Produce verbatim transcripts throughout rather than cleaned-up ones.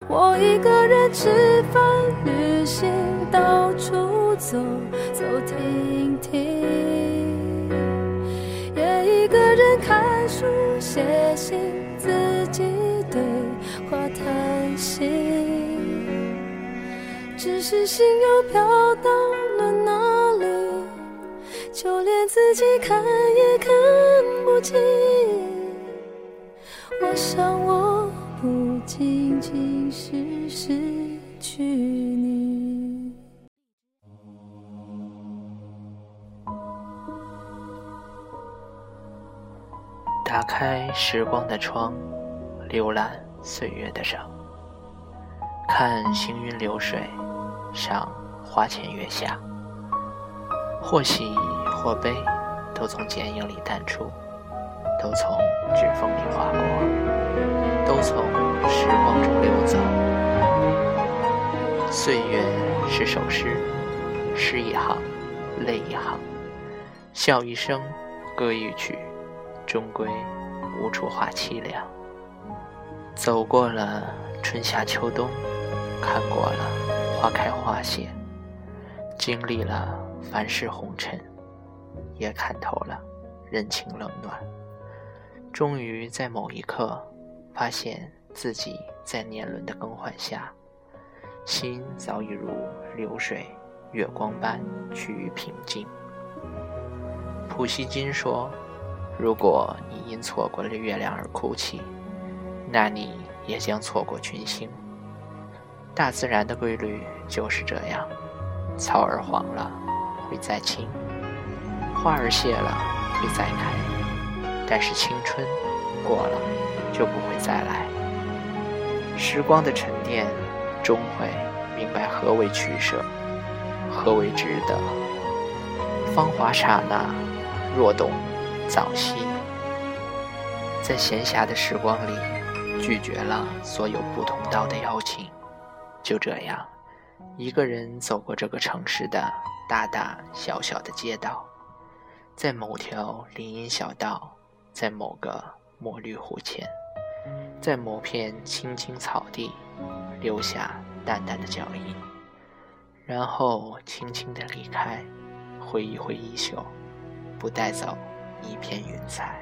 我一个人吃饭旅行，到处走走停停，也一个人看书写信，自己对话谈心，只是心又飘到了哪里，就连自己看也看不清。我想我不仅仅是失去你。 打开时光的窗，浏览岁月的伤，看行云流水，赏花前月下，或喜或悲，都从剪影里淡出，都从指缝里划过，都从时光中流走。岁月是首诗，诗一行，泪一行，笑一声，歌一曲，终归无处话凄凉。走过了春夏秋冬，看过了花开花谢，经历了凡世红尘，也看透了人情冷暖。终于在某一刻发现自己在年轮的更换下，心早已如流水月光般趋于平静。普希金说，如果你因错过了月亮而哭泣，那你也将错过群星。大自然的规律就是这样，草儿黄了会再青，花儿谢了会再开，但是青春过了就不会再来。时光的沉淀终会明白何为取舍，何为值得。芳华刹那，若懂早夕。在闲暇的时光里，拒绝了所有不同道的邀请，就这样一个人走过这个城市的大大小小的街道，在某条林荫小道，在某个墨绿湖前，在某片青青草地留下淡淡的脚印，然后轻轻地离开，挥一挥衣袖，不带走一片云彩。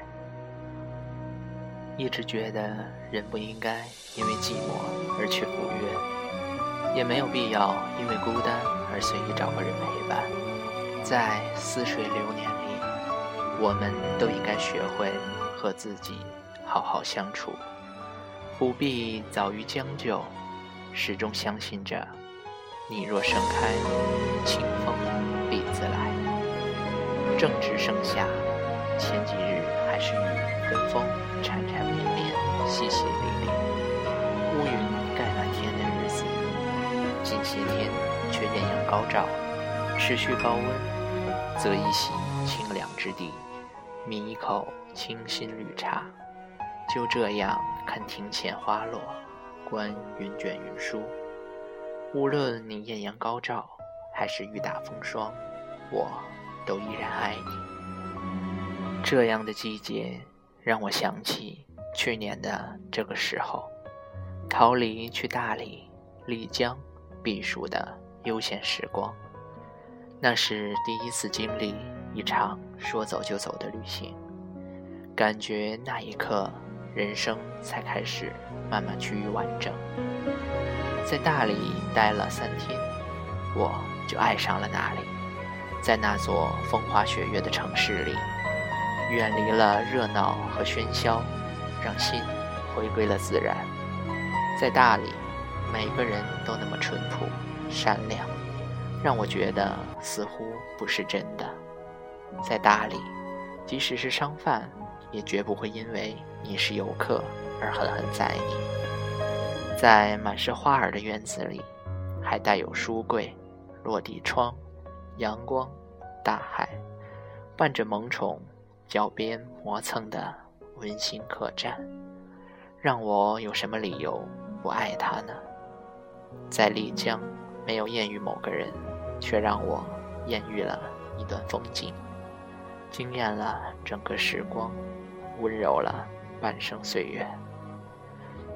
一直觉得人不应该因为寂寞而去赴约，也没有必要因为孤单而随意找个人陪伴。在似水流年里，我们都应该学会和自己好好相处，不必早于将就，始终相信着你若盛开，清风必自来。正值盛夏，前几日还是雨跟风缠缠绵绵，淅淅沥沥，乌云盖满天的日子，近些天却艳阳高照，持续高温，则一席清凉之地，抿一口清新绿茶，就这样看庭前花落，观云卷云舒。无论你艳阳高照还是雨打风霜，我都依然爱你。这样的季节让我想起去年的这个时候，逃离去大理、丽江避暑的悠闲时光。那是第一次经历一场说走就走的旅行，感觉那一刻人生才开始慢慢趋于完整。在大理待了三天，我就爱上了那里。在那座风花雪月的城市里，远离了热闹和喧嚣，让心回归了自然。在大理，每个人都那么淳朴善良，让我觉得似乎不是真的。在大理，即使是商贩，也绝不会因为你是游客而狠狠宰你。在满是花儿的院子里，还带有书柜、落地窗、阳光、大海，伴着萌宠脚边磨蹭的温馨客栈，让我有什么理由不爱它呢？在丽江，没有艳遇某个人，却让我艳遇了一段风景，惊艳了整个时光，温柔了半生岁月。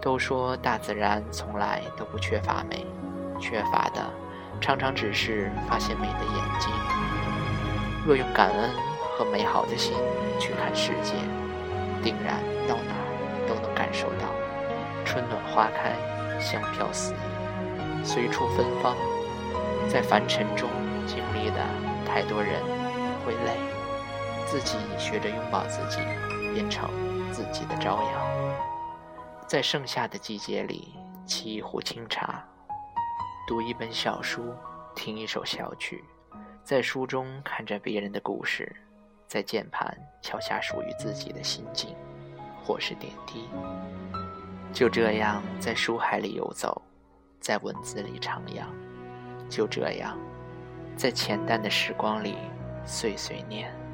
都说大自然从来都不缺乏美，缺乏的常常只是发现美的眼睛。若用感恩和美好的心去看世界，定然到哪儿都能感受到春暖花开，香飘四溢，随处芬芳。在凡尘中经历的太多人会累，自己学着拥抱自己，变成自己的朝阳。在盛夏的季节里，沏一壶清茶，读一本小书，听一首小曲，在书中看着别人的故事，在键盘敲下属于自己的心境或是点滴。就这样在书海里游走，在文字里徜徉，就这样在浅淡的时光里碎碎念。